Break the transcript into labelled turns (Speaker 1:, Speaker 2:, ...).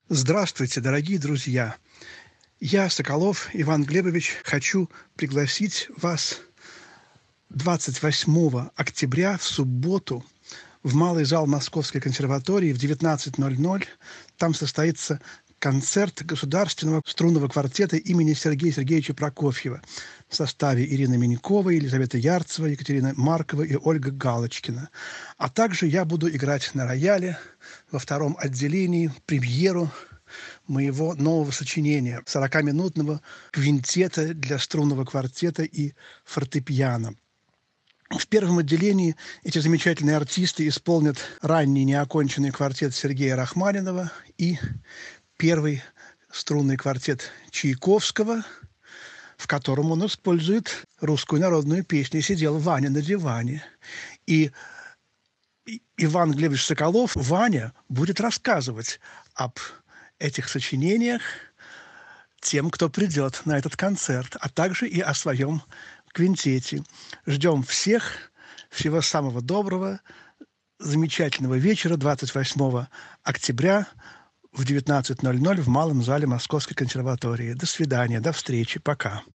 Speaker 1: Здравствуйте, дорогие друзья! Я, Соколов Иван Глебович, хочу пригласить вас 28 октября в субботу в Малый зал Московской консерватории в 19:00. Там состоится концерт государственного струнного квартета имени Сергея Сергеевича Прокофьева в составе Ирины Миньковой, Елизаветы Ярцевой, Екатерины Марковой и Ольга Галочкина. А также я буду играть на рояле во втором отделении премьеру моего нового сочинения, 40-минутного квинтета для струнного квартета и фортепиано. В первом отделении эти замечательные артисты исполнят ранний неоконченный квартет Сергея Рахманинова и первый струнный квартет Чайковского, в котором он использует русскую народную песню «Сидел Ваня на диване». И Иван Глебович Соколов, Ваня, будет рассказывать об этих сочинениях тем, кто придет на этот концерт, а также и о своем квинтете. Ждем всех. Всего самого доброго. Замечательного вечера 28 октября в 19:00 в Малом зале Московской консерватории. До свидания, до встречи, пока.